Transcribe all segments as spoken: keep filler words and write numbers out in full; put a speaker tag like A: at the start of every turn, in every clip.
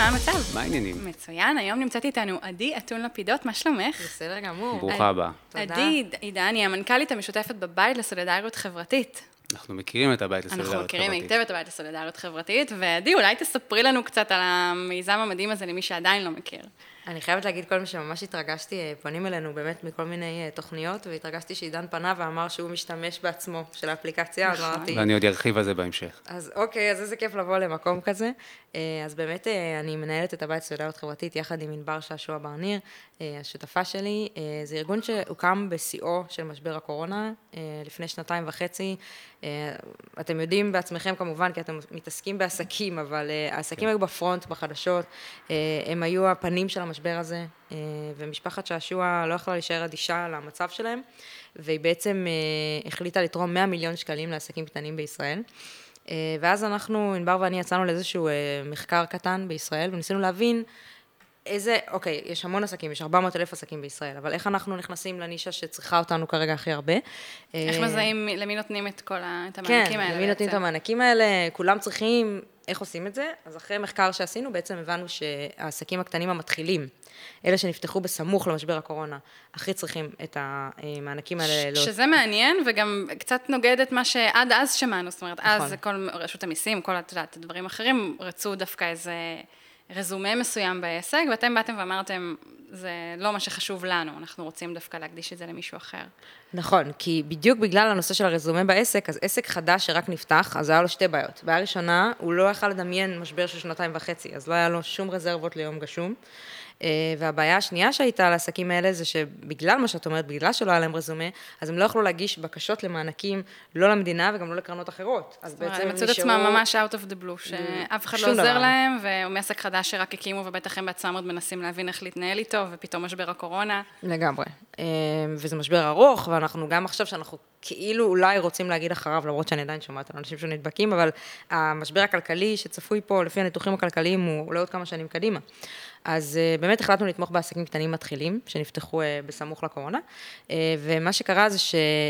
A: מה המצב?
B: מה העניינים?
A: מצוין, היום נמצאת איתנו עדי אתון לפידות, מה שלומך?
C: בסדר גמור.
B: ברוכה הבאה.
A: עדי, עידני, המנכ"לית המשותפת בבית לסולידריות חברתית.
B: אנחנו מכירים את הבית לסולידריות חברתית.
A: אנחנו מכירים היטב את הבית לסולידריות חברתית, ועדי, אולי תספרי לנו קצת על המיזם המדהים הזה למי שעדיין לא מכיר.
C: אני חייבת להגיד כל מי שממש התרגשתי, פונים אלינו באמת מכל מיני תוכניות, והתרגשתי שעידן פנה ואמר שהוא משתמש בעצמו של האפליקציה, אז אמרתי...
B: ואני עוד ארחיב על זה בהמשך.
C: אז אוקיי, אז איזה כיף לבוא למקום כזה. אז באמת אני מנהלת את הבית לסולידריות חברתית יחד עם ענבר שעשוע ברניר, השותפה שלי. זה ארגון שהוקם בשיאו של משבר הקורונה, לפני שנתיים וחצי. אתם יודעים בעצמכם כמובן, כי אתם מתעסקים בעסקים, אבל העסקים היו בפרונט, בחדשות, הם היו הפנים של המשבר הזה, ומשפחת שעשוע לא יכלה להישאר אדישה למצב שלהם, והיא בעצם החליטה לתרום מאה מיליון שקלים לעסקים קטנים בישראל. ואז אנחנו, ענבר ואני, יצאנו לאיזשהו מחקר קטן בישראל, וניסינו להבין איזה, אוקיי, יש המון עסקים, יש ארבע מאות אלף עסקים בישראל, אבל איך אנחנו נכנסים לנישה שצריכה אותנו כרגע הכי הרבה?
A: איך מזהים, למי נותנים את כל המענקים האלה?
C: כן, למי נותנים את המענקים האלה, כולם צריכים, איך עושים את זה? אז אחרי מחקר שעשינו, בעצם הבנו שהעסקים הקטנים המתחילים, אלה שנפתחו בסמוך למשבר הקורונה, הכי צריכים את המענקים האלה.
A: שזה מעניין, וגם קצת נוגד את מה שעד אז שמענו, זאת אומרת, אז כל רשות המיסים, כל הדברים אחרים, רצו דווקא איזה רזומה מסוים בעסק, ואתם באתם ואמרתם, זה לא מה שחשוב לנו, אנחנו רוצים דווקא להקדיש את זה למישהו אחר.
C: נכון, כי בדיוק בגלל הנושא של הרזומה בעסק, אז עסק חדש שרק נפתח, אז היה לו שתי בעיות. בעיה ראשונה, הוא לא יכל לדמיין משבר של שנתיים וחצי, אז לא היה לו שום רזרבות ליום גשום. והבעיה השנייה שהייתה לעסקים האלה, זה שבגלל מה שאת אומרת, בגלל שלא היה להם רזומה, אז הם לא יכלו להגיש בקשות למענקים, לא למדינה וגם לא לקרנות אחרות. אז בעצם
A: הם מצאו את עצמם ממש out of the blue, שאף אחד לא עוזר להם, ומעסק חדש שרק הקימו, ובטח הם בעצמם עוד מנסים להבין איך להתנהל איתו, ופתאום משבר הקורונה.
C: לגמרי. וזה משבר ארוך, ואנחנו גם עכשיו שאנחנו כאילו אולי רוצים להגיד אחריו, למרות שאני עדיין שומעת על אנשים שנדבקים, אבל המשבר הכלכלי שצפוי פה, לפי הניתוחים הכלכליים, הוא לא עוד כמה שנים קדימה. אז באמת החלטנו לתמוך בעסקים קטנים מתחילים, שנפתחו בסמוך לקורונה, ומה שקרה זה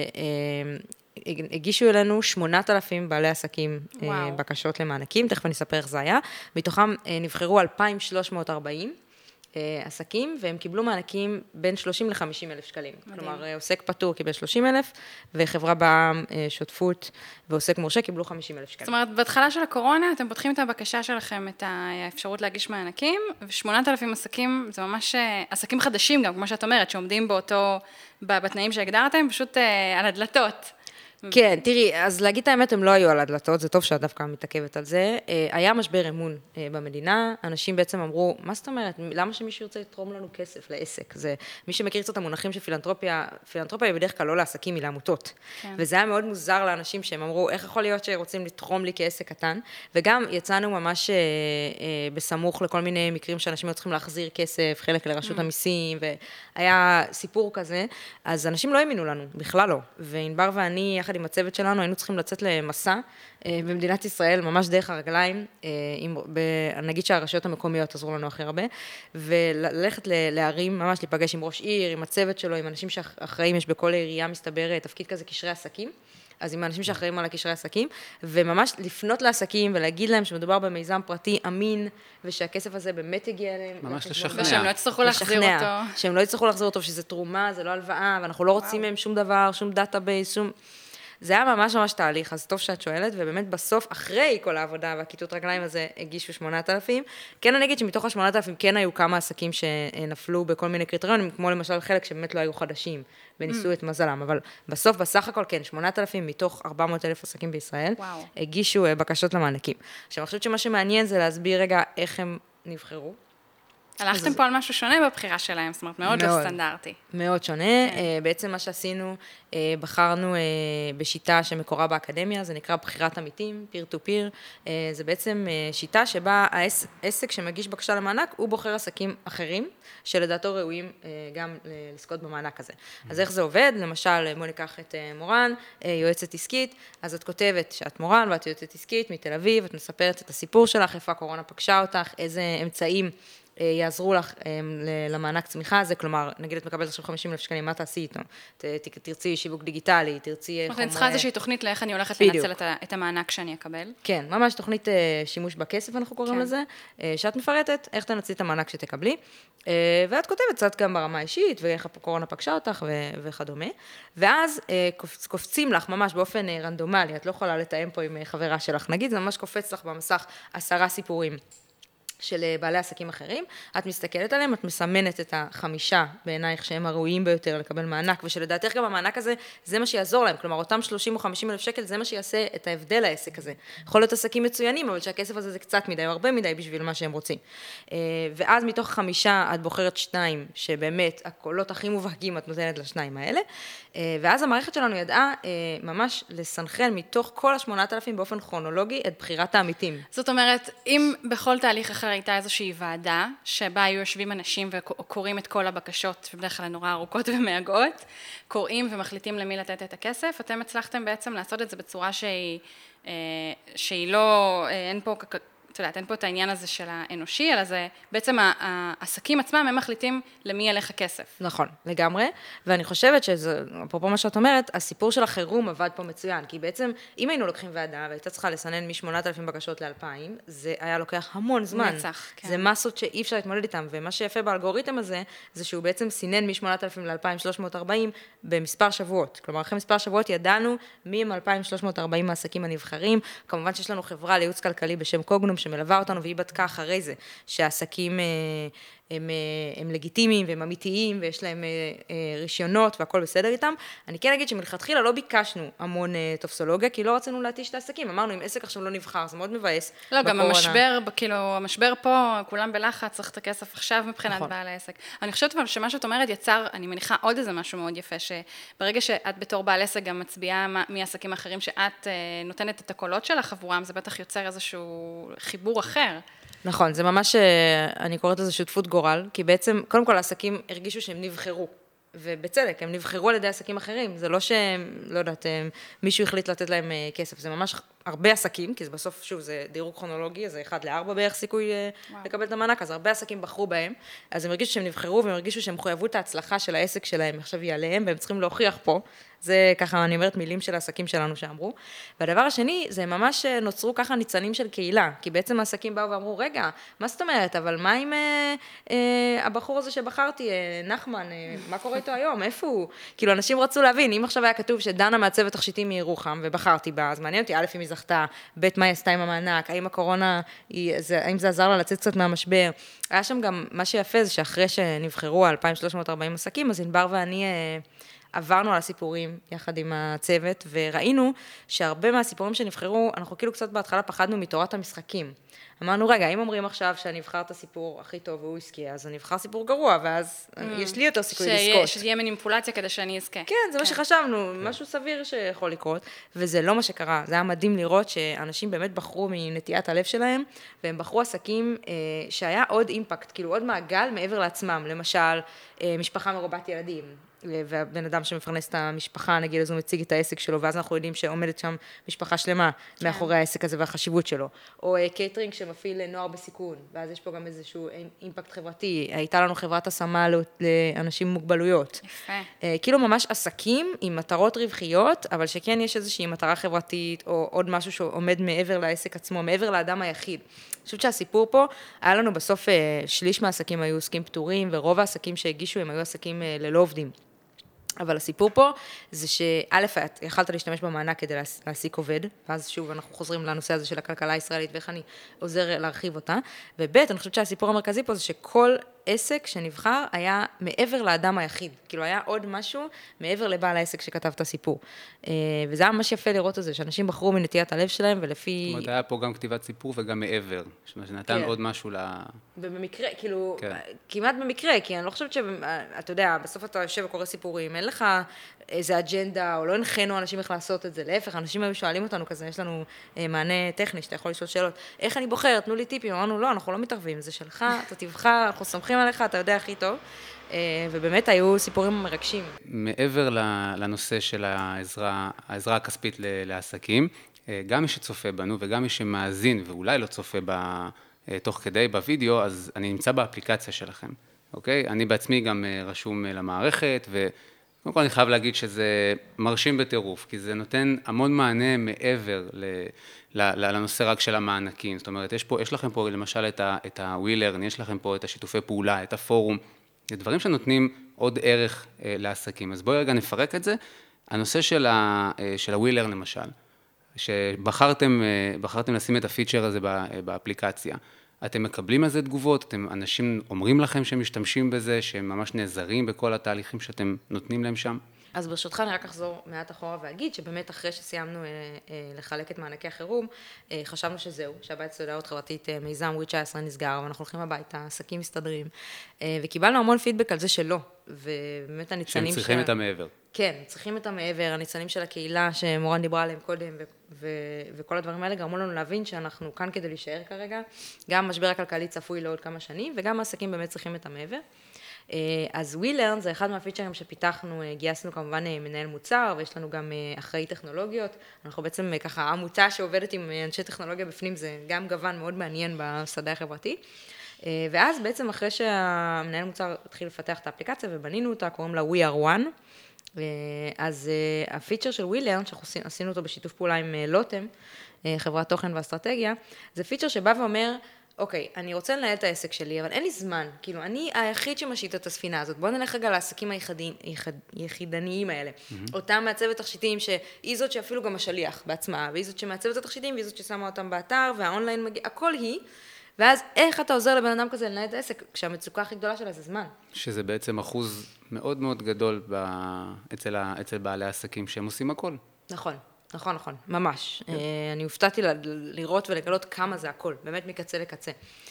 C: שהגישו אלינו שמונת אלפים בעלי עסקים וואו. בקשות למענקים, תכף אני אספר איך זה היה, מתוכם נבחרו אלפיים שלוש מאות וארבעים עסקים, והם קיבלו מענקים בין שלושים לחמישים אלף שקלים. מדהים. כלומר, עוסק פטור קיבל שלושים אלף, וחברה בע"מ, שותפות, ועוסק מורשה קיבלו חמישים אלף שקלים.
A: זאת אומרת, בהתחלה של הקורונה, אתם פותחים את הבקשה שלכם, את האפשרות להגיש מענקים, ושמונת אלפים עסקים, זה ממש עסקים חדשים גם, כמו שאת אומרת, שעומדים באותו, בתנאים שהגדרתם, פשוט על הדלתות.
C: כן, תראי, אז להגיד את האמת, הם לא היו על הדלתות, זה טוב שאת דווקא מתעכבת על זה. היה משבר אמון במדינה, אנשים בעצם אמרו, מה זאת אומרת, למה שמישהו ירצה לתרום לנו כסף לעסק? זה, מי שמכיר קצת המונחים של פילנתרופיה, פילנתרופיה היא בדרך כלל לא לעסקים, היא לעמותות. כן. וזה היה מאוד מוזר לאנשים שהם אמרו, איך יכול להיות שרוצים לתרום לי כעסק קטן? וגם יצאנו ממש בסמוך לכל מיני מקרים שאנשים היו צריכים להחזיר כסף, חלק לרשות המיסים, והיה סיפור כזה, אז אנשים לא האמינו לנו, בכלל לא. וענבר ואני, יחד עם הצוות שלנו, היינו צריכים לצאת למסע במדינת ישראל, ממש דרך הרגליים, נגיד שהרשויות המקומיות עזרו לנו הכי הרבה, וללכת לערים, ממש להיפגש עם ראש עיר, עם הצוות שלו, עם אנשים שאחראים, יש בכל העירייה מסתבר תפקיד כזה קשרי עסקים, אז עם האנשים שאחראים על הקשרי עסקים, וממש לפנות לעסקים ולהגיד להם שמדובר במיזם פרטי אמין, ושהכסף הזה באמת יגיע אליהם.
B: ממש לשכנע.
A: ושהם לא יצטרכו להחזיר אותו.
C: שהם לא יצטרכו להחזיר אותו, שזה תרומה, זה לא הלוואה, ואנחנו לא רוצים מהם שום דבר, שום דאטאבייס, שום... זה היה ממש ממש תהליך, אז טוב שאת שואלת, ובאמת בסוף, אחרי כל העבודה והכיתות רגליים הזה, הגישו שמונת אלפים. כן, אני אגיד שמתוך השמונת אלפים כן היו כמה עסקים שנפלו בכל מיני קריטריונים, כמו למשל חלק שבאמת לא היו חדשים, וניסו את מזלם, אבל בסוף, בסך הכל, כן, שמונת אלפים מתוך ארבע מאות אלף עסקים בישראל, וואו. הגישו בקשות למענקים. עכשיו, אני חושבת שמה שמעניין זה להסביר רגע איך הם נבחרו.
A: הלכתם פה על משהו שונה בבחירה שלהם, זאת אומרת, מאוד לא סטנדרטי.
C: מאוד שונה. בעצם מה שעשינו, בחרנו בשיטה שמקורה באקדמיה, זה נקרא בחירת עמיתים, פיר טו פיר. זה בעצם שיטה שבה העסק שמגיש בקשה למענק, הוא בוחר עסקים אחרים, שלדעתו ראויים גם לזכות במענק הזה. אז איך זה עובד? למשל, בוא ניקח את מורן, יועצת עסקית, אז את כותבת שאת מורן ואת יועצת עסקית מתל אביב, את מספרת את הסיפור שלך, איפה הקורונה פגשה אותך, איזה אמצעים יעזרו לך למענק צמיחה הזה, כלומר, נגיד את מקבלת עכשיו חמישים אלף שקלים, מה תעשי איתו? תרצי שיווק דיגיטלי, תרצי
A: חומרי... אני צריכה איזושהי תוכנית לאיך אני הולכת לנצל את המענק שאני אקבל.
C: כן, ממש תוכנית שימוש בכסף, אנחנו קוראים לזה, שאת מפרטת איך תנצלי את המענק שתקבלי, ואת כותבת קצת גם ברמה האישית, ואיך הקורונה פגשה אותך וכדומה, ואז קופצים לך ממש באופן רנדומלי, את לא יכולה לתאם פה עם חברה שלך, נגיד, זה ממש קופץ לך במסך עשרה סיפורים. של בעלי עסקים אחרים, את מסתכלת עליהם, את מסמנת את החמישה בעינייך שהם הראויים ביותר לקבל מענק, ושלדעתך גם המענק הזה, זה מה שיעזור להם, כלומר, אותם שלושים או חמישים אלף שקל, זה מה שיעשה את ההבדל לעסק הזה. יכול להיות עסקים מצוינים, אבל שהכסף הזה זה קצת מדי, או הרבה מדי בשביל מה שהם רוצים. ואז מתוך חמישה, את בוחרת שניים, שבאמת הקולות הכי מובהקים, את נותנת לשניים האלה, ואז המערכת שלנו ידעה ממש לסנכרן מתוך כל ה-שמונת אלפים באופן כרונולוגי את בחירת העמיתים.
A: זאת אומרת, אם בכל תהליך אחר הייתה איזושהי ועדה, שבה היו יושבים אנשים וקוראים את כל הבקשות, ובדרך כלל נורא ארוכות ומאגות, קוראים ומחליטים למי לתת את הכסף, אתם הצלחתם בעצם לעשות את זה בצורה שהיא, שהיא לא, אין פה, את יודעת, אין פה את העניין הזה של האנושי, אלא זה בעצם העסקים עצמם, הם מחליטים למי ילך הכסף.
C: נכון, לגמרי, ואני חושבת שזה, אפרופו מה שאת אומרת, הסיפור של החירום עבד פה מצוין, כי בעצם, אם היינו לוקחים ועדה, והייתה צריכה לסנן מ-שמונת אלפים בקשות ל-אלפיים, זה היה לוקח המון זמן.
A: נצח, כן.
C: זה מסות שאי אפשר להתמודד איתם, ומה שיפה באלגוריתם הזה, זה שהוא בעצם סינן מ-שמונת אלפים ל-אלפיים שלוש מאות וארבעים במספר שבועות. כלומר, אחרי מספר שבועות ידענו מי הם אלפיים שלוש מאות וארבעים העסקים הנבחרים. כמובן שיש לנו חברה לייעוץ כלכלי בשם קוגנום שמלווה אותנו, והיא בדקה אחרי זה שהעסקים הם, הם לגיטימיים והם אמיתיים ויש להם רישיונות והכל בסדר איתם. אני כן אגיד שמלכתחילה לא ביקשנו המון טופסולוגיה, כי לא רצינו להתיש את העסקים. אמרנו, אם עסק עכשיו לא נבחר, זה מאוד מבאס.
A: לא, גם המשבר, כאילו, המשבר פה, כולם בלחץ, צריך את הכסף עכשיו מבחינת נכון. בעל העסק. אני חושבת שמה שאת אומרת יצר, אני מניחה עוד איזה משהו מאוד יפה, שברגע שאת בתור בעל עסק גם מצביעה מעסקים אחרים, שאת נותנת את הקולות שלך עבורם, זה בטח יוצר איזשהו חיבור אחר.
C: נכון, זה ממש, אני קוראת לזה שותפות גורל, כי בעצם, קודם כל, העסקים הרגישו שהם נבחרו, ובצדק, הם נבחרו על ידי עסקים אחרים, זה לא שהם, לא יודעת, מישהו החליט לתת להם כסף, זה ממש הרבה עסקים, כי זה בסוף, שוב, זה דירוג כרונולוגי, זה אחד לארבע בערך סיכוי וואו. לקבל את המענק, אז הרבה עסקים בחרו בהם, אז הם הרגישו שהם נבחרו, והם הרגישו שהם מחויבות ההצלחה של העסק שלהם, עכשיו היא עליהם, והם צריכים להוכיח פה, זה ככה, אני אומרת מילים של העסקים שלנו שאמרו, והדבר השני, זה ממש נוצרו ככה ניצנים של קהילה, כי בעצם העסקים באו ואמרו, רגע, מה זאת אומרת, אבל מה עם אה, אה, הבחור הזה שבחרתי, אה, נחמן, אה, מה קורה איתו היום, איפה הוא? כאילו, אנשים רצו להבין, אם עכשיו היה כתוב שדנה מעצבת תכשיטים מירוחם, ובחרתי בה, אז מעניין אותי, א', אם היא זכתה, ב', מה היא עשתה עם המענק, האם הקורונה, היא, זה, האם זה עזר לה לצאת קצת מהמשבר? היה שם גם, מה שיפה זה שאחרי שנבחרו אלפיים שלוש מאות וארבעים עסקים, אז ענבר ואני אה, עברנו על הסיפורים יחד עם הצוות, וראינו שהרבה מהסיפורים שנבחרו, אנחנו כאילו קצת בהתחלה פחדנו מתורת המשחקים. אמרנו, רגע, אם אומרים עכשיו שאני אבחר את הסיפור הכי טוב והוא יזכה, אז אני אבחר סיפור גרוע, ואז יש לי יותר סיכוי לזכות.
A: שתהיה מניפולציה כדי שאני אזכה.
C: כן, זה מה שחשבנו, משהו סביר שיכול לקרות, וזה לא מה שקרה. זה היה מדהים לראות שאנשים באמת בחרו מנטיית הלב שלהם, והם בחרו עסקים שהיה עוד אימפקט, כאילו עוד מעגל מעבר לעצמם, למשל, משפחה מרובת ילדים. והבן אדם שמפרנס את המשפחה, נגיד, אז הוא מציג את העסק שלו, ואז אנחנו יודעים שעומדת שם משפחה שלמה מאחורי העסק הזה והחשיבות שלו. או קייטרינג שמפעיל נוער בסיכון, ואז יש פה גם איזשהו אימפקט חברתי. הייתה לנו חברת השמה לאנשים עם מוגבלויות.
A: יפה.
C: כאילו ממש עסקים עם מטרות רווחיות, אבל שכן יש איזושהי מטרה חברתית, או עוד משהו שעומד מעבר לעסק עצמו, מעבר לאדם היחיד. אני חושבת שהסיפור פה, היה לנו בסוף שליש מהעסקים היו עסקים פטורים, ורוב העסקים שהגישו הם היו עסקים ללא עובדים. אבל הסיפור פה זה שא', יכלת להשתמש במענק כדי להעסיק עובד, ואז שוב אנחנו חוזרים לנושא הזה של הכלכלה הישראלית ואיך אני עוזר להרחיב אותה, וב', אני חושבת שהסיפור המרכזי פה זה שכל עסק שנבחר היה מעבר לאדם היחיד, כאילו היה עוד משהו מעבר לבעל העסק שכתב את הסיפור. וזה היה ממש יפה לראות את זה, שאנשים בחרו מנטיית הלב שלהם ולפי...
B: זאת אומרת, היה פה גם כתיבת סיפור וגם מעבר, שנתן כן. עוד משהו ל...
C: ובמקרה, כאילו, כן. כמעט במקרה, כי אני לא חושבת שאתה יודע, בסוף אתה יושב וקורא סיפורים, אין לך איזה אג'נדה, או לא הנחנו אנשים איך לעשות את זה, להפך, אנשים היו שואלים אותנו כזה, יש לנו מענה טכני, שאתה יכול לשאול שאלות, איך אני בוחר, תנו לי טיפים, אמרנו, לא, אנחנו לא מתערבים, זה שלך, אתה תבחר, אנחנו סומכים עליך, אתה יודע הכי טוב, ובאמת היו סיפורים מרגשים.
B: מעבר לנושא של העזרה, העזרה הכספית לעסקים, גם מי שצופה בנו וגם מי שמאזין ואולי לא צופה תוך כדי בווידאו, אז אני נמצא באפליקציה שלכם, אוקיי? אני בעצמי גם רשום למערכת, קודם כל אני חייב להגיד שזה מרשים בטירוף, כי זה נותן המון מענה מעבר לנושא רק של המענקים. זאת אומרת, יש פה, יש לכם פה למשל את ה-WeLearn, יש לכם פה את השיתופי פעולה, את הפורום, זה דברים שנותנים עוד ערך לעסקים. אז בואי רגע נפרק את זה. הנושא של ה-WeLearn למשל, שבחרתם בחרתם לשים את הפיצ'ר הזה באפליקציה, אתם מקבלים על זה תגובות, אתם, אנשים אומרים לכם שהם משתמשים בזה, שהם ממש נעזרים בכל התהליכים שאתם נותנים להם שם?
C: אז ברשותך אני רק אחזור מעט אחורה ואגיד שבאמת אחרי שסיימנו אה, אה, לחלק את מענקי החירום, אה, חשבנו שזהו, שהבית סולידריות חברתית אה, מיזם וויץ' תשע עשרה נסגר, ואנחנו הולכים הביתה, עסקים מסתדרים, אה, וקיבלנו המון פידבק על זה שלא, ובאמת הניצנים
B: שהם צריכים של... את המעבר.
C: כן, צריכים את המעבר, הניצנים של הקהילה שמורן דיברה עליהם קודם, ו- ו- וכל הדברים האלה גרמו לנו להבין שאנחנו כאן כדי להישאר כרגע, גם משבר הכלכלי צפוי לעוד כמה שנים, וגם העסקים באמת צריכים את המעבר. אז WeLearn זה אחד מהפיצ'רים שפיתחנו, גייסנו כמובן מנהל מוצר, ויש לנו גם אחראי טכנולוגיות, אנחנו בעצם ככה עמותה שעובדת עם אנשי טכנולוגיה בפנים, זה גם גוון מאוד מעניין בשדה החברתי, ואז בעצם אחרי שהמנהל מוצר התחיל לפתח את האפליקציה ובנינו אותה, קוראים לה We are one, אז הפיצ'ר של WeLearn, שאנחנו עשינו אותו בשיתוף פעולה עם לוטם, חברת תוכן ואסטרטגיה, זה פיצ'ר שבא ואומר, אוקיי, אני רוצה לנהל את העסק שלי, אבל אין לי זמן. כאילו, אני היחיד שמשית את הספינה הזאת. בואו נלך רגע לעסקים היחידניים האלה. אותם מעצבת תכשיטים שהיא זאת שאפילו גם השליח בעצמה, והיא זאת שמעצבת את התכשיטים, והיא זאת ששמה אותם באתר, והאונליין מגיע, הכל היא. ואז איך אתה עוזר לבן אדם כזה לנהל את העסק, כשהמצוקה הכי גדולה שלה זה זמן.
B: שזה בעצם אחוז מאוד מאוד גדול אצל, אצל בעלי העסקים שהם עושים הכל.
C: נכון. נכון, נכון, ממש. אני הופתעתי לראות ולגלות כמה זה הכל, באמת מקצה לקצה.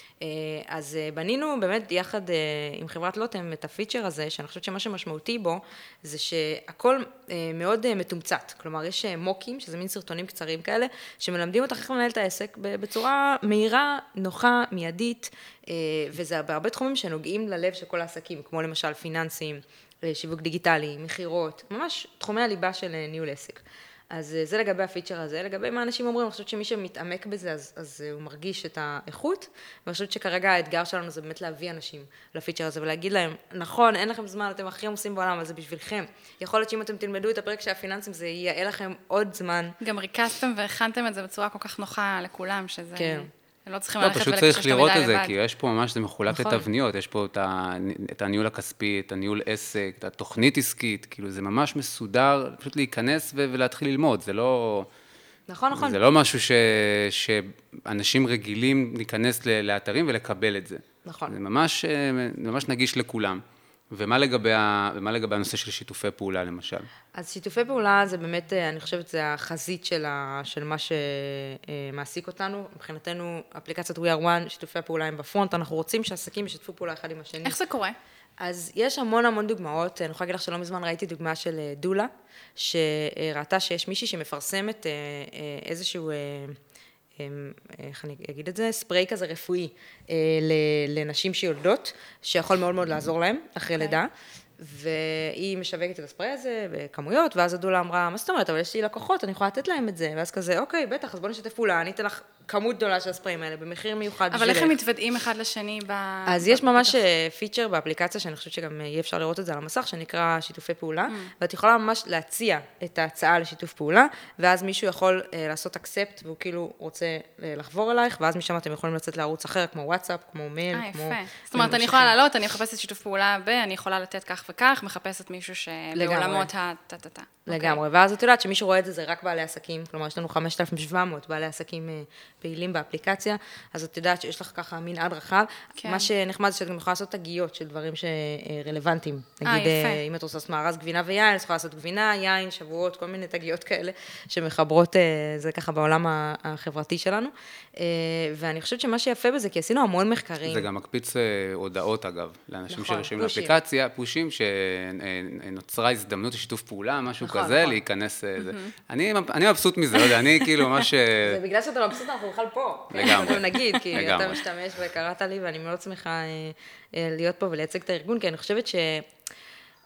C: אז בנינו באמת יחד עם חברת לוטם את הפיצ'ר הזה, שאני חושבת שמה שמשמעותי בו, זה שהכל מאוד מתומצת. כלומר, יש מוקים, שזה מין סרטונים קצרים כאלה, שמלמדים אותך איך לנהל את העסק בצורה מהירה, נוחה, מיידית, וזה בהרבה תחומים שנוגעים ללב של כל העסקים, כמו למשל פיננסים, שיווק דיגיטלי, מחירות, ממש תחומי הליבה של ניהול עסק. אז זה לגבי הפיצ'ר הזה, לגבי מה אנשים אומרים, אני חושבת שמי שמתעמק בזה, אז, אז הוא מרגיש את האיכות, ואני חושבת שכרגע האתגר שלנו זה באמת להביא אנשים לפיצ'ר הזה, ולהגיד להם, נכון, אין לכם זמן, אתם הכי עמוסים בעולם, אבל זה בשבילכם. יכול להיות שאם אתם תלמדו את הפרק של הפיננסים, זה יהיה לכם עוד זמן.
A: גם ריכזתם והכנתם את זה בצורה כל כך נוחה לכולם, שזה...
C: כן.
A: הם לא צריכים
B: לא,
A: ללכת
B: פשוט
A: ולקשש
B: צריך
A: את המידע
B: לראות את זה,
A: לבד.
B: כי יש פה ממש, זה מחולק
C: נכון.
B: לתבניות, יש פה את, ה, את הניהול הכספי, את הניהול עסק, את התוכנית עסקית, כאילו זה ממש מסודר, פשוט להיכנס ו, ולהתחיל ללמוד, זה לא...
C: נכון, נכון.
B: זה לא משהו ש, שאנשים רגילים להיכנס לאתרים ולקבל את זה.
C: נכון.
B: זה ממש, ממש נגיש לכולם. ומה לגבי, ה, ומה לגבי הנושא של שיתופי פעולה, למשל?
C: אז שיתופי פעולה זה באמת, אני חושבת, זה החזית של, ה, של מה שמעסיק אותנו. מבחינתנו, אפליקציית We are one, שיתופי הפעולה הם בפרונט, אנחנו רוצים שהעסקים ישתפו פעולה אחד עם השני.
A: איך זה קורה?
C: אז יש המון המון דוגמאות, אני יכולה להגיד לך שלא מזמן ראיתי דוגמה של דולה, שראתה שיש מישהי שמפרסמת איזשהו, איך אני אגיד את זה, ספרי כזה רפואי לנשים שיולדות, שיכול מאוד מאוד לעזור להם אחרי לידה, והיא משווקת את הספרי הזה בכמויות, ואז הדולה אמרה, מה זאת אומרת, אבל יש לי לקוחות, אני יכולה לתת להם את זה, ואז כזה, אוקיי, בטח, אז בוא נשתף פעולה, אני אתן לך כמות גדולה של הספרים האלה, במחיר מיוחד בשבילך.
A: אבל איך הם מתוודעים אחד לשני ב...
C: אז יש ממש פיצ'ר באפליקציה, שאני חושבת שגם יהיה אפשר לראות את זה על המסך, שנקרא שיתופי פעולה, ואת יכולה ממש להציע את ההצעה לשיתוף פעולה, ואז מישהו יכול לעשות אקספט, והוא כאילו רוצה לחבור אלייך, ואז משם אתם יכולים לצאת לערוץ אחר, כמו וואטסאפ, כמו מייל, כמו...
A: אה, יפה. זאת אומרת, אני יכולה לעלות, אני מחפשת שיתוף פעולה ב, אני יכולה לתת כך וכך, מחפשת מישהו שבעולמות ה-טה-טה-טה.
C: לגמרי, ואז את יודעת שמי שרואה את זה, זה רק בעלי עסקים, כלומר, יש לנו חמשת אלפים ושבע מאות בעלי עסקים פעילים באפליקציה, אז את יודעת שיש לך ככה מנעד רחב. מה שנחמד זה שאת גם יכולה לעשות תגיות של דברים שרלוונטיים. נגיד, אם את רוצה לעשות מארז גבינה ויין, אז יכולה לעשות גבינה, יין, שבועות, כל מיני תגיות כאלה, שמחברות, זה ככה בעולם החברתי שלנו. ואני חושבת שמה שיפה בזה, כי עשינו המון מחקרים.
B: זה גם מקפיץ הודעות, אגב, לאנשים שרשומים לאפליקציה, פושים, שנוצרה הזדמנות לשיתוף פעולה, משהו כזה, להיכנס... אני מבסוט מזה, לא יודע, אני כאילו ממש...
C: זה בגלל שאתה מבסוט, אנחנו בכלל פה.
B: לגמרי.
C: נגיד, כי אתה משתמש וקראת לי, ואני מאוד שמחה להיות פה ולייצג את הארגון, כי אני חושבת ש...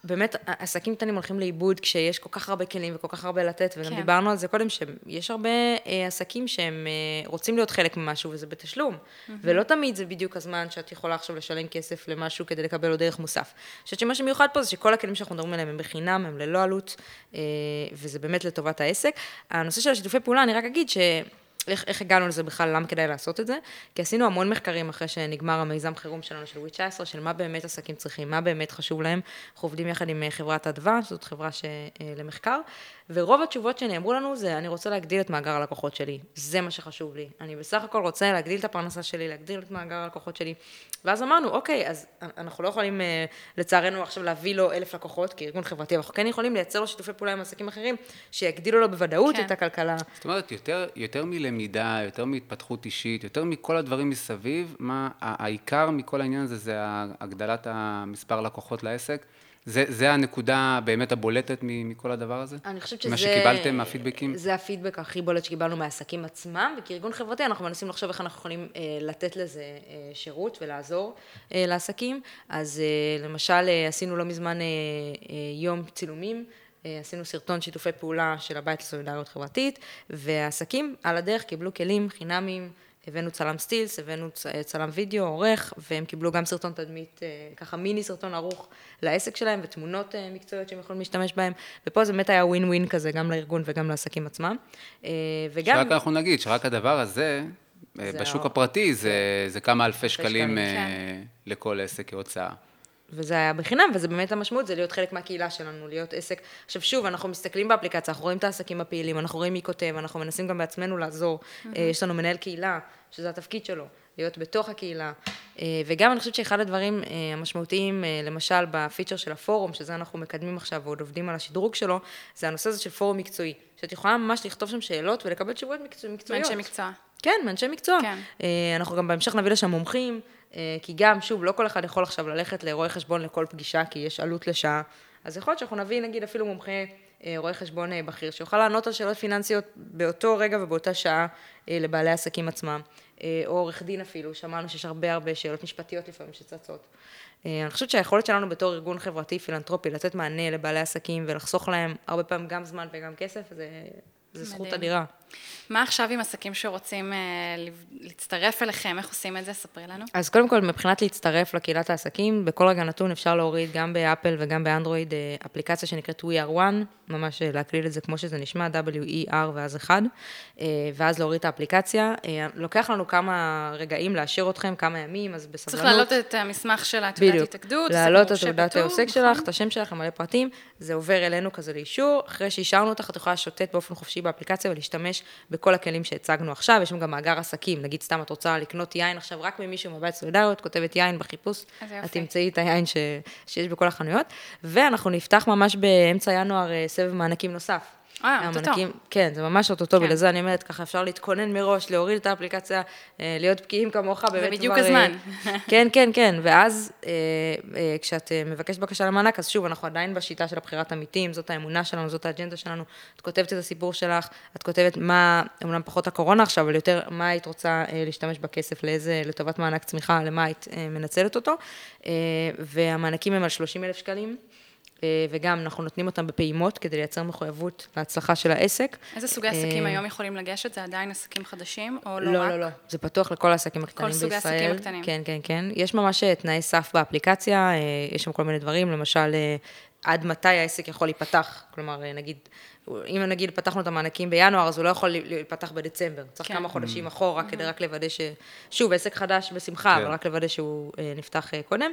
C: באמת, עסקים קטנים הולכים לאיבוד כשיש כל כך הרבה כלים וכל כך הרבה לתת, וגם כן. דיברנו על זה קודם, שיש הרבה אה, עסקים שהם אה, רוצים להיות חלק ממשהו, וזה בתשלום. Mm-hmm. ולא תמיד זה בדיוק הזמן שאת יכולה עכשיו לשלם כסף למשהו כדי לקבל עוד דרך מוסף. אני חושבת שמה שמיוחד פה זה שכל הכלים שאנחנו מדברים עליהם הם בחינם, הם ללא עלות, אה, וזה באמת לטובת העסק. הנושא של השיתופי פעולה, אני רק אגיד ש... איך, איך הגענו לזה בכלל, למה כדאי לעשות את זה? כי עשינו המון מחקרים אחרי שנגמר המיזם חירום שלנו של וי תשע עשרה, של מה באמת עסקים צריכים, מה באמת חשוב להם. אנחנו עובדים יחד עם חברת אדווה, זאת חברה ש... למחקר, ורוב התשובות שנאמרו לנו זה, אני רוצה להגדיל את מאגר הלקוחות שלי, זה מה שחשוב לי. אני בסך הכל רוצה להגדיל את הפרנסה שלי, להגדיל את מאגר הלקוחות שלי. ואז אמרנו, אוקיי, אז אנחנו לא יכולים לצערנו עכשיו להביא לו אלף לקוחות, כארגון חברתי, אבל אנחנו כן יכולים לייצר לו שיתופי פעולה עם עסקים אחרים, שיגדילו לו בוודאות כן. את הכלכלה. זאת אומרת,
B: יותר, יותר מלמידה, יותר מהתפתחות אישית, יותר מכל הדברים מסביב, מה העיקר מכל העניין הזה, זה הגדלת המספר לקוחות לעסק. זה, זה הנקודה באמת הבולטת מכל הדבר הזה?
C: אני חושבת שזה...
B: מה שקיבלתם מהפידבקים?
C: זה הפידבק הכי בולט שקיבלנו מהעסקים עצמם, וכארגון חברתי אנחנו מנסים לחשוב איך אנחנו יכולים אה, לתת לזה אה, שירות ולעזור אה, לעסקים. אז אה, למשל אה, עשינו לא מזמן אה, אה, יום צילומים, אה, עשינו סרטון שיתופי פעולה של הבית לסולידריות חברתית, והעסקים על הדרך קיבלו כלים חינמיים, הבאנו צלם סטילס, הבאנו צלם וידאו, עורך, והם קיבלו גם סרטון תדמית, ככה מיני סרטון ערוך לעסק שלהם, ותמונות מקצועיות שהם יכולים להשתמש בהם, ופה זה באמת היה ווין ווין כזה, גם לארגון וגם לעסקים עצמם. וגם...
B: שרק אנחנו נגיד, שרק הדבר הזה, בשוק הפרטי, זה כמה אלפי שקלים לכל עסק כהוצאה.
C: וזה היה בחינם, וזה באמת המשמעות, זה להיות חלק מהקהילה שלנו, להיות עסק. עכשיו שוב, אנחנו מסתכלים באפליקציה, אנחנו רואים את העסקים הפעילים, אנחנו רואים מי כותב, אנחנו מנסים גם בעצמנו לעזור. Mm-hmm. יש לנו מנהל קהילה, שזה התפקיד שלו, להיות בתוך הקהילה. וגם אני חושבת שאחד הדברים המשמעותיים, למשל בפיצ'ר של הפורום, שזה אנחנו מקדמים עכשיו ועוד עובדים על השדרוג שלו, זה הנושא הזה של פורום מקצועי, שאת יכולה ממש לכתוב שם שאלות ולקבל תשובות מקצועיות.
A: מאנשי מקצוע.
C: כן, מאנשי מקצוע.
A: כן.
C: אנחנו גם בהמשך נביא לשם מומחים, כי גם, שוב, לא כל אחד יכול עכשיו ללכת לרואי חשבון לכל פגישה, כי יש עלות לשעה. אז יכול להיות שאנחנו נביא, נגיד, אפילו מומחה רואי חשבון בכיר, שיוכל לענות על שאלות פיננסיות באותו רגע ובאותה שעה לבעלי עסקים עצמם, או עורך דין אפילו, שמענו שיש הרבה הרבה שאלות משפטיות לפעמים שצצות. אני חושבת שהיכולת שלנו בתור ארגון חברתי פילנטרופי, לתת מענה לבעלי עסקים ולחסוך להם הרבה פעמים גם זמן וגם כסף, זה... זה זכות אדירה.
A: מה עכשיו עם עסקים שרוצים להצטרף אליכם? איך עושים את זה? ספרי לנו.
C: אז קודם כל, מבחינת להצטרף לקהילת העסקים, בכל רגע נתון אפשר להוריד גם באפל וגם באנדרואיד אפליקציה שנקראת We are one, ממש להקליל את זה כמו שזה נשמע, W E R ואז אחד, ואז להוריד את האפליקציה. לוקח לנו כמה רגעים להשאיר אתכם, כמה ימים, אז בסבלנות.
A: צריך להעלות את המסמך של תעודת התאגדות,
C: להעלות את תעודת העוסק שלך, את השם שלך, מלא פרטים, זה עובר אלינו כזה לאישור, אחרי שאישרנו אותך, את יכולה לשוטט באופן חופשי באפליקציה ולהשתמש בכל הכלים שהצגנו עכשיו. יש גם מאגר עסקים, נגיד סתם את רוצה לקנות יין עכשיו רק ממישהו מבית סולידריות, כותבת יין בחיפוש, את תמצאי את היין ש... שיש בכל החנויות, ואנחנו נפתח ממש באמצע ינואר סבב מענקים נוסף.
A: אה, אותו.
C: כן, זה ממש אותו, כן. ולזה אני אומרת, ככה אפשר להתכונן מראש, להוריד את האפליקציה, להיות בקיאים כמוך, באמת
A: זה בדיוק הזמן.
C: כן, כן, כן, ואז כשאת מבקשת בקשה למענק, אז שוב, אנחנו עדיין בשיטה של הבחירת עמיתים, זאת האמונה שלנו, זאת האג'נדה שלנו, את כותבת את הסיפור שלך, את כותבת מה, אמנם פחות הקורונה עכשיו, אבל יותר מה היית רוצה להשתמש בכסף, לאיזה, לטובת מענק צמיחה, למה היית מנצלת אותו, והמענקים הם על שלושים אלף שקלים, וגם אנחנו נותנים אותם בפעימות כדי לייצר מחויבות להצלחה של העסק.
A: איזה סוגי עסקים היום יכולים לגשת? זה עדיין עסקים חדשים או לא רק?
C: לא, לא, לא. זה פתוח לכל העסקים הקטנים בישראל.
A: כל סוגי עסקים הקטנים.
C: כן, כן, כן. יש ממש תנאי סף באפליקציה, יש שם כל מיני דברים, למשל, עד מתי העסק יכול להיפתח, כלומר, נגיד, אם נגיד פתחנו את המענקים בינואר, אז הוא לא יכול להיפתח בדצמבר. צריך כמה חודשים אחורה, כדי רק לוודא ש... שוב, עסק חדש בשמחה, אבל רק לוודא שהוא נפתח קודם.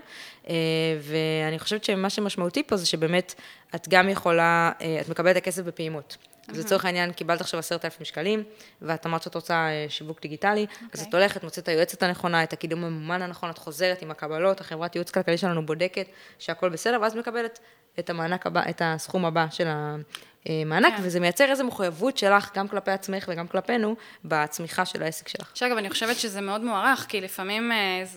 C: ואני חושבת שמה שמשמעותי פה זה שבאמת את גם יכולה, את מקבלת הכסף בפעימות. אז לצורך העניין, קיבלת עכשיו עשרת אלפים שקלים, ואת אמרת שאת רוצה שיווק דיגיטלי, אז את הולכת, מוצאת היועצת הנכונה, את הקידום המומן הנכון, את חוזרת עם הקבלות, החברת ייעוץ כלכלי שלנו בודקת שהכל בסדר, ואז מקבלת את המענק הבא, את הסכום הבא של המענק, וזה מייצר איזו מחויבות שלך, גם כלפי עצמך וגם כלפינו, בצמיחה של העסק שלך.
A: שאגב, אני חושבת שזה מאוד מוערך, כי לפעמים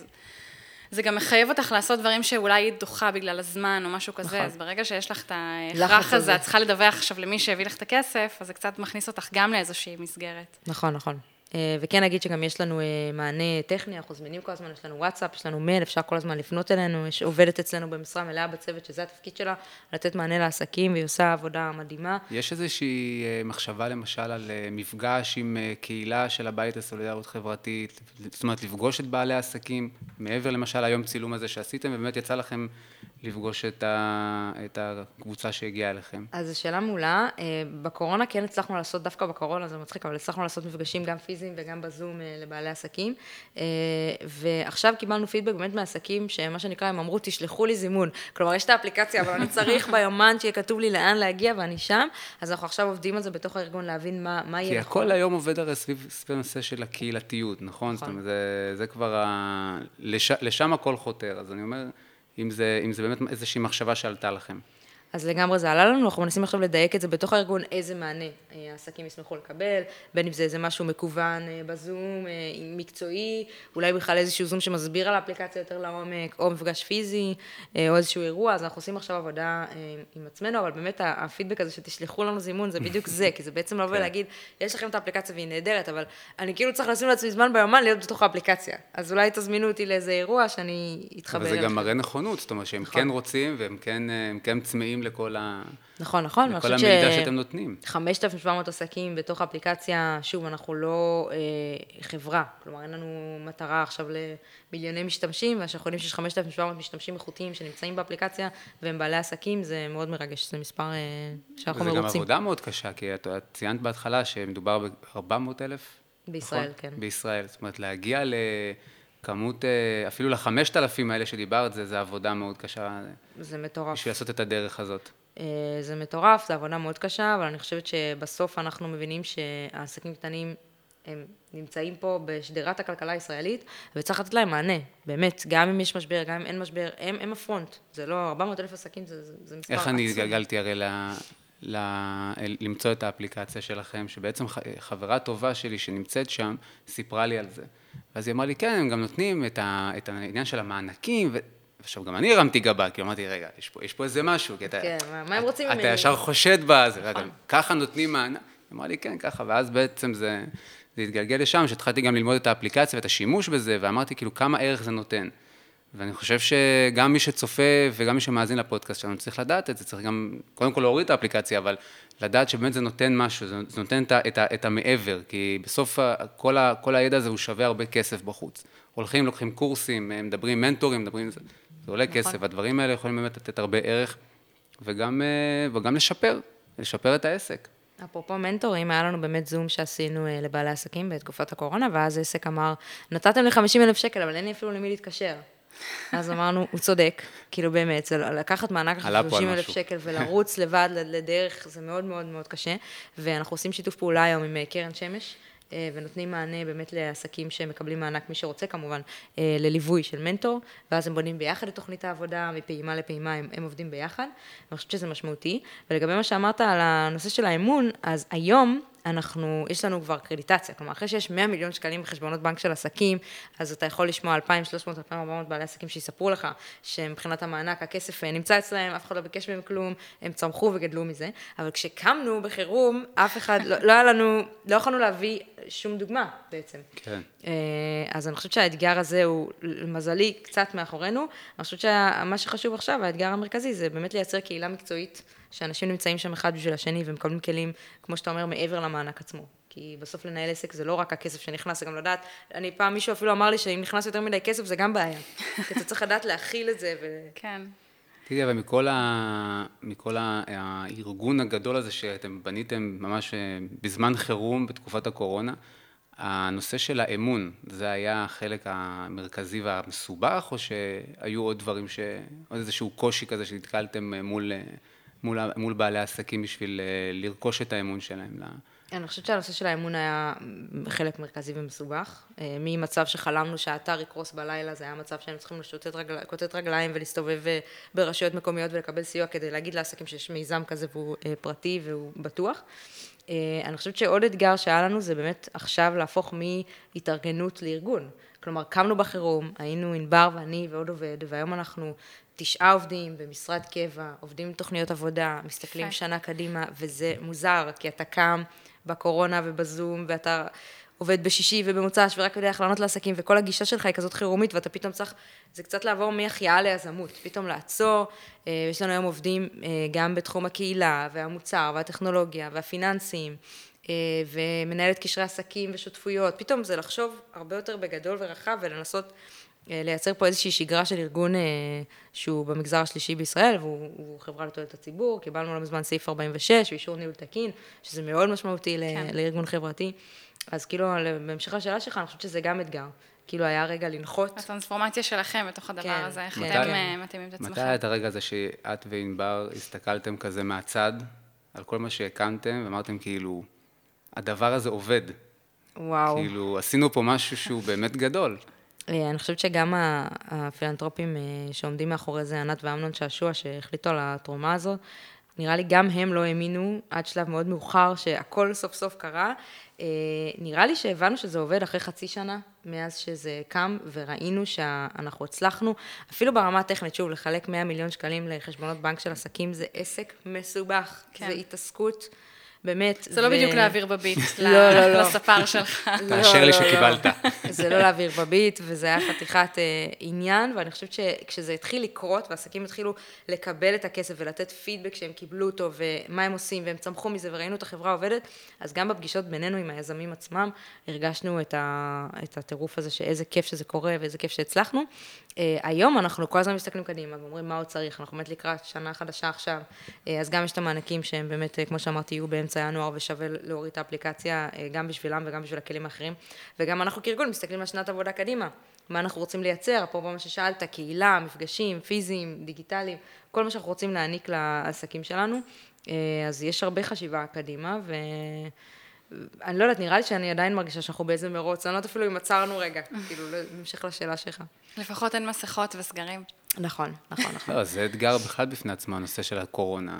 A: זה גם מחייב אותך לעשות דברים שאולי היא דוחה בגלל הזמן או משהו כזה, אז ברגע שיש לך את ההכרח הזה, את צריכה לדווח עכשיו למי שהביא לך את הכסף, אז זה קצת מכניס אותך גם לאיזושהי מסגרת.
C: נכון, נכון. וכן נגיד שגם יש לנו מענה טכני, אנחנו זמינים כל הזמן, יש לנו וואטסאפ, יש לנו מייל, אפשר כל הזמן לפנות אלינו, יש עובדת אצלנו במשרה מלאה בצוות, שזה התפקיד שלה, לתת מענה לעסקים, והיא עושה עבודה מדהימה.
B: יש איזושהי מחשבה למשל על מפגש עם קהילה של הבית לסולידריות חברתית, זאת אומרת לפגוש את בעלי העסקים, מעבר למשל היום צילום הזה שעשיתם, ובאמת יצא לכם לפגוש את, ה, את הקבוצה שהגיעה אליכם.
C: אז זו שאלה מעולה. בקורונה כן הצלחנו לעשות, דווקא בקורונה, זה מצחיק, אבל הצלחנו לעשות מפגשים גם פיזיים וגם בזום לבעלי עסקים. ועכשיו קיבלנו פידבק באמת מהעסקים, שמה שנקרא, הם אמרו, תשלחו לי זימון. כלומר, יש את האפליקציה, אבל אני צריך ביומן שיהיה כתוב לי לאן להגיע ואני שם. אז אנחנו עכשיו עובדים על זה בתוך הארגון, להבין מה, מה יהיה.
B: כי הכל היום עובד הרי סביב, סביב הנושא של הקהילתיות, נכון? נכון. זאת אומרת, זה, זה כבר, ה... לש... לשם הכל חותר. אז אני אומר, אם זה, אם זה באמת איזושהי מחשבה שעלתה לכם.
C: אז לגמרי זה עלה לנו, אנחנו מנסים עכשיו לדייק את זה בתוך הארגון, איזה מענה העסקים ישמחו לקבל, בין אם זה איזה משהו מקוון בזום, מקצועי, אולי בכלל איזשהו זום שמסביר על האפליקציה יותר לעומק, או מפגש פיזי, או איזשהו אירוע, אז אנחנו עושים עכשיו עבודה עם עצמנו, אבל באמת הפידבק הזה שתשלחו לנו זימון, זה בדיוק זה, כי זה בעצם לבוא ולהגיד, יש לכם את האפליקציה והיא נהדרת, אבל אני כאילו צריך לשים לעצמי זמן ביומן להיות בתוך האפליקציה. אז אולי תזמינו אותי לאיזה אירוע שאני אתחבר.
B: אבל זה גם מראה נכונות, זאת אומרת שהם כן רוצים והם כן, הם כן צמאים לכל ה...
C: נכון, נכון.
B: לכל המידע שאתם נותנים.
C: חמשת אלפים שבע מאות עסקים בתוך האפליקציה, שוב, אנחנו לא אה, חברה, כלומר, אין לנו מטרה עכשיו למיליוני משתמשים, ואנחנו יודעים שיש חמשת אלפים שבע מאות משתמשים איכותיים שנמצאים באפליקציה, והם בעלי עסקים, זה מאוד מרגש, זה מספר אה, שאנחנו מרוצים.
B: וזה גם עבודה מאוד קשה, כי את ציינת בהתחלה שמדובר ב-ארבע מאות אלף?
C: בישראל,
B: נכון?
C: כן.
B: בישראל, זאת אומרת, להגיע לכמות, אפילו לחמשת אלפים האלה שדיברת, זה, זה עבודה מאוד קשה.
C: זה מטורף.
B: בשביל לעשות את הדרך הזאת.
C: זה מטורף, זה עבודה מאוד קשה, אבל אני חושבת שבסוף אנחנו מבינים שהעסקים קטנים הם נמצאים פה בשדרת הכלכלה הישראלית, וצריך לתת להם מענה, באמת, גם אם יש משבר, גם אם אין משבר, הם, הם הפרונט, זה לא ארבע מאות אלף עסקים, זה, זה מספר
B: איך
C: עצום.
B: אני התגלגלתי הרי ל... ל... למצוא את האפליקציה שלכם, שבעצם חברה טובה שלי שנמצאת שם, סיפרה לי על זה. ואז היא אמרה לי, כן, הם גם נותנים את, ה... את העניין של המענקים, ו... עכשיו, גם אני הרמתי גבה, כי אמרתי, רגע, יש פה, יש פה איזה משהו, כי אתה...
C: כן, מה, מה הם רוצים ממני?
B: אתה ישר חושד בה, זה רגע, ככה נותנים מענק. אמרה לי, כן, ככה, ואז בעצם זה, זה התגלגל לשם, שהתחלתי גם ללמוד את האפליקציה ואת השימוש בזה, ואמרתי, כאילו, כמה ערך זה נותן. ואני חושב שגם מי שצופה וגם מי שמאזין לפודקאסט שלנו צריך לדעת את זה, צריך גם, קודם כל להוריד את האפליקציה, אבל לדעת שבאמת זה נותן משהו, זה, זה נותן את, את, את המעבר, כי בסוף כל, ה, כל הידע הזה הוא שווה הרבה כסף בחוץ. הולכים, לוקחים קורסים, מדברים מנטורים, מדברים, זה, זה עולה נכון. כסף, הדברים האלה יכולים באמת לתת הרבה ערך, וגם, וגם לשפר, לשפר את העסק.
C: אפרופו מנטורים, היה לנו באמת זום שעשינו לבעלי עסקים בתקופת הקורונה, ואז העסק אמר, נתתם לי חמישים אלף שקל, אבל אין לי אפילו למי להתקשר. אז אמרנו, הוא צודק, כאילו באמת, זה לקחת מענק שלושים אלף שקל ולרוץ לבד לדרך, זה מאוד מאוד מאוד קשה, ואנחנו עושים שיתוף פעולה היום עם קרן שמש, ונותנים מענה באמת לעסקים שמקבלים מענק, מי שרוצה כמובן, לליווי של מנטור, ואז הם בונים ביחד את תוכנית העבודה, מפעימה לפעימה הם, הם עובדים ביחד, ואני חושבת שזה משמעותי, ולגבי מה שאמרת על הנושא של האמון, אז היום, אנחנו, יש לנו כבר קרדיטציה, כלומר, אחרי שיש מאה מיליון שקלים בחשבונות בנק של עסקים, אז אתה יכול לשמוע אלפיים ושלוש מאות, אלפיים וארבע מאות בעלי עסקים שיספרו לך, שמבחינת המענק, הכסף נמצא אצלהם, אף אחד לא ביקש מהם כלום, הם צמחו וגדלו מזה, אבל כשקמנו בחירום, אף אחד, לא, לא היה לנו, לא יכולנו להביא שום דוגמה בעצם.
B: כן.
C: אז אני חושבת שהאתגר הזה הוא, למזלי, קצת מאחורינו, אני חושבת שמה שחשוב עכשיו, האתגר המרכזי, זה באמת לייצר קהילה מקצועית, שאנשים נמצאים שם אחד בשביל השני, ומקבלים כלים, כמו שאתה אומר, מעבר למענק עצמו. כי בסוף לנהל עסק זה לא רק הכסף שנכנס, זה גם לדעת, אני פעם מישהו אפילו אמר לי שאם נכנס יותר מדי כסף, זה גם בעיה. כי אתה צריך לדעת להכיל את זה. ו...
A: כן.
B: תראי, אבל מכל, ה... מכל ה... הארגון הגדול הזה שאתם בניתם ממש בזמן חירום, בתקופת הקורונה, הנושא של האמון, זה היה החלק המרכזי והמסובך, או שהיו עוד דברים, ש... עוד איזשהו קושי כזה שנתקלתם מול... מול, מול בעלי העסקים בשביל לרכוש את האמון שלהם.
C: אני חושבת שהנושא של האמון היה חלק מרכזי ומסובך. ממצב שחלמנו שהאתר יקרוס בלילה, זה היה מצב שהם צריכים לשוטט רגל, כותת רגליים ולהסתובב ברשויות מקומיות ולקבל סיוע כדי להגיד לעסקים שיש מיזם כזה והוא פרטי והוא בטוח. אני חושבת שעוד אתגר שהיה לנו זה באמת עכשיו להפוך מהתארגנות לארגון. כלומר, קמנו בחירום, היינו ענבר ואני ועוד עובד, והיום אנחנו תשעה עובדים במשרד קבע, עובדים עם תוכניות עבודה, מסתכלים שנה קדימה, וזה מוזר, כי אתה קם בקורונה ובזום, ואתה עובד בשישי ובמוצ"ש ורק יודע איך לענות לעסקים, וכל הגישה שלך היא כזאת חירומית, ואתה פתאום צריך, זה קצת לעבור מהחייאה ליזמות, פתאום לעצור, יש לנו היום עובדים גם בתחום הקהילה, והמוצר, והטכנולוגיה, והפיננסים, ומנהלת קשרי עסקים ושותפויות, פתאום זה לחשוב הרבה יותר בגדול ורחב, ולנסות לייצר פה איזושהי שגרה של ארגון שהוא במגזר השלישי בישראל, והוא חברה לתועלת הציבור, קיבלנו לא מזמן סעיף ארבעים ושש, ואישור ניהול תקין, שזה מאוד משמעותי כן. לארגון חברתי. אז כאילו, בהמשך השאלה שלך, אני חושבת שזה גם אתגר. כאילו, היה רגע לנחות.
A: הטרנספורמציה שלכם בתוך הדבר כן. הזה, איך כן. אתם כן. מתאימים את עצמכם.
B: מתי את הרגע הזה שאת וענבר הסתכלתם כזה מהצד, על כל מה שהקמתם, ואמרתם כאילו, הדבר הזה עובד.
C: וואו.
B: כאילו, עשינו פה משהו שהוא באמת גדול.
C: אני חושבת שגם הפילנטרופים שעומדים מאחורי זה, ענת ואמנון שעשוע, שהחליטו על התרומה הזאת, נראה לי גם הם לא האמינו עד שלב מאוד מאוחר שהכל סוף סוף קרה. נראה לי שהבנו שזה עובד אחרי חצי שנה מאז שזה קם, וראינו שאנחנו הצלחנו, אפילו ברמה הטכנית, שוב, לחלק מאה מיליון שקלים לחשבונות בנק של עסקים, זה עסק מסובך, כן. זה התעסקות. באמת.
A: זה לא בדיוק להעביר בביט לספר שלך.
B: תאשר לי שקיבלת.
C: זה לא להעביר בביט, וזה היה חתיכת עניין, ואני חושבת שכשזה התחיל לקרות, והעסקים התחילו לקבל את הכסף ולתת פידבק שהם קיבלו אותו, ומה הם עושים, והם צמחו מזה, וראינו את החברה עובדת, אז גם בפגישות בינינו עם היזמים עצמם, הרגשנו את הטירוף הזה, שאיזה כיף שזה קורה, ואיזה כיף שהצלחנו. היום אנחנו כל הזמן מסתכלים קדימה, ואומרים מה עוד צריך, אנחנו באמת לקראת שנה חדשה עכשיו, אז גם יש את המענקים שהם באמת, כמו שאמרתי, יהיו באמצע ינואר ושווה להוריד את האפליקציה גם בשבילם וגם בשביל הכלים האחרים, וגם אנחנו כארגון מסתכלים על שנת עבודה קדימה, מה אנחנו רוצים לייצר, פה במה ששאלת, קהילה, מפגשים, פיזיים, דיגיטליים, כל מה שאנחנו רוצים להעניק לעסקים שלנו, אז יש הרבה חשיבה קדימה, ו... אני לא יודעת, נראה לי שאני עדיין מרגישה שאנחנו באיזה מרוץ, אני לא יודעת אפילו אם עצרנו רגע, כאילו, בהמשך לשאלה שלך.
A: לפחות אין מסכות וסגרים.
C: נכון, נכון, נכון.
B: לא, זה אתגר בכלל בפני עצמו, הנושא של הקורונה,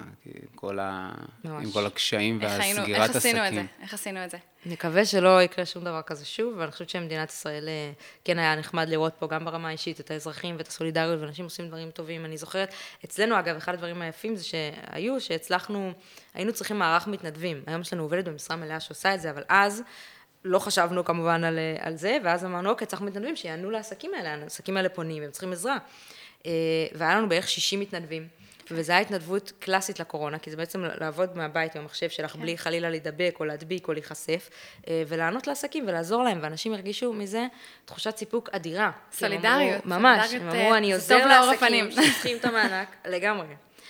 B: עם כל הקשיים והסגירת עסקים.
A: איך עשינו את זה? איך עשינו את זה?
C: נקווה שלא יקרה שום דבר כזה שוב, ואני חושבת שמדינת ישראל כן היה נחמד לראות פה גם ברמה האישית את האזרחים ואת הסולידריות, ואנשים עושים דברים טובים. אני זוכרת, אצלנו אגב, אחד הדברים היפים זה שהיו, שהצלחנו, היינו צריכים מערך מתנדבים. היום יש לנו עובדת במשרה מלאה שעושה את זה, אבל אז לא חשבנו כמובן על, על זה, ואז אמרנו, אוקיי, צריך מתנדבים שיענו לעסקים האלה, העסקים האלה פונים, הם צריכים עזרה. והיה לנו בערך שישים מתנדבים, וזו הייתה התנדבות קלאסית לקורונה, כי זה בעצם לעבוד מהבית עם המחשב שלך, כן. בלי חלילה להידבק או להדביק או להיחשף, ולענות לעסקים ולעזור להם, ואנשים הרגישו מזה תחושת סיפוק אדירה.
A: סולידריות.
C: אמרו, ממש, הם אמרו, אני עוזר לעסקים שצריכים את המענק, לגמרי.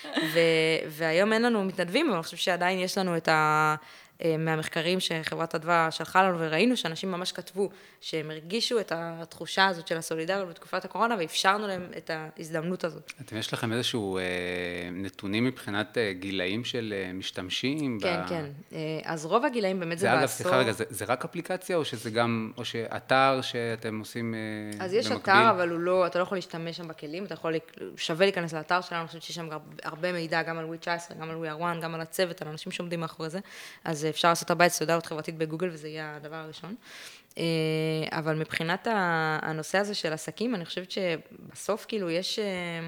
C: והיום אין לנו מתנדבים, אבל אני חושב שעדיין יש לנו את ה... מהמחקרים שחברת אדווה שלחה לנו, וראינו שאנשים ממש כתבו שהם הרגישו את התחושה הזאת של הסולידריות בתקופת הקורונה, ואפשרנו להם את ההזדמנות הזאת.
B: אתם יש לכם איזשהו נתונים מבחינת גילאים של משתמשים?
C: כן, כן. אז רוב הגילאים באמת זה בעשור.
B: זה אגב, סליחה רגע, זה רק אפליקציה, או שזה גם, או שאתר שאתם עושים במקביל?
C: אז יש אתר, אבל הוא לא, אתה לא יכול להשתמש שם בכלים, אתה יכול, שווה להיכנס לאתר שלנו, אני חושבת שיש שם הרבה מידע, גם על ווי תשע עשרה, גם על ווי אר וואן, גם על הצוות, על אנשים שעומדים מאחורי זה. אז אפשר לעשות הבית סולידריות חברתית בגוגל, וזה יהיה הדבר הראשון. אבל מבחינת הנושא הזה של עסקים, אני חושבת שבסוף כאילו יש...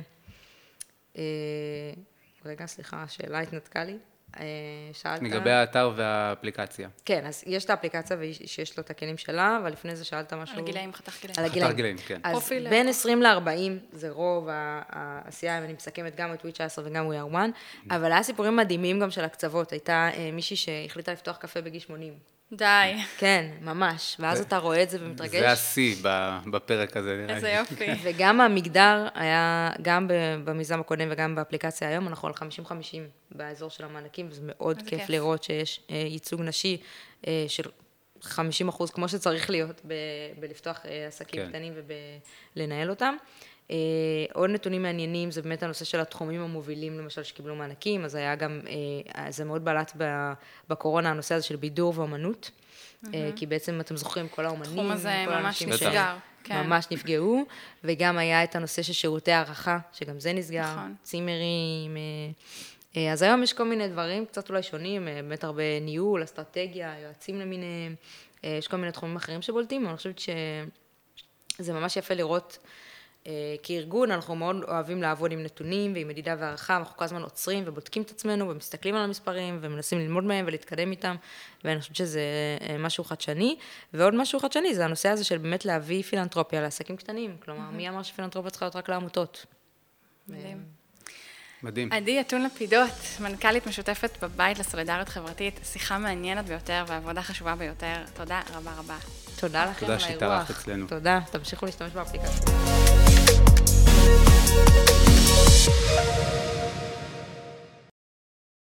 C: רגע, סליחה, השאלה התנתקה לי. שאלת...
B: לגבי האתר והאפליקציה.
C: כן, אז יש את האפליקציה שיש לו את הכלים שלה, אבל לפני זה שאלת משהו...
A: על הגילאים, חתך גילאים.
C: על הגילאים.
B: חתך גילאים, כן.
C: אז בין עשרים לארבעים זה רוב העשייה, אני מסכמת גם את ווי תשע עשרה וגם ווי אר וואן, אבל היה סיפורים מדהימים גם של הקצוות. הייתה מישהי שהחליטה לפתוח קפה בגיל שמונים.
A: די.
C: כן, ממש. ואז אתה רואה את זה ומתרגש.
B: זה השיא בפרק הזה.
A: איזה יופי.
C: וגם המגדר היה, גם במיזם הקודם וגם באפליקציה היום, אנחנו על חמישים חמישים באזור של המענקים, וזה מאוד כיף לראות שיש ייצוג נשי של חמישים אחוז, כמו שצריך להיות בלפתוח עסקים קטנים ובלנהל אותם. עוד נתונים מעניינים, זה באמת הנושא של התחומים המובילים, למשל שקיבלו מענקים, אז היה גם, זה מאוד בלט בקורונה, הנושא הזה של בידור ואומנות, כי בעצם אתם זוכרים, כל האומנים,
A: תחום הזה ממש נסגר.
C: ממש נפגעו, וגם היה את הנושא של שירותי הערכה, שגם זה נסגר, צימרים, אז היום יש כל מיני דברים, קצת אולי שונים, באמת הרבה ניהול, אסטרטגיה, יועצים למיניהם, יש כל מיני תחומים אחרים שבולטים, אבל אני חושבת שזה ממש יפה לראות, כארגון אנחנו מאוד אוהבים לעבוד עם נתונים ועם מדידה והערכה, אנחנו כל הזמן עוצרים ובודקים את עצמנו ומסתכלים על המספרים ומנסים ללמוד מהם ולהתקדם איתם, ואני חושבת שזה משהו חדשני, ועוד משהו חדשני זה הנושא הזה של באמת להביא פילנטרופיה לעסקים קטנים, כלומר, מי אמר שפילנטרופיה צריכה להיות רק לעמותות?
A: מדהים.
B: מדהים.
A: עדי אתון לפידות, מנכ"לית משותפת בבית לסולידריות חברתית, שיחה מעניינת ביותר ועבודה חשובה ביותר. תודה רבה רבה.
C: תודה לכם על האירוח.
B: תודה שהתארחת אצלנו.
C: תודה, תמשיכו להשתמש באפליקציה.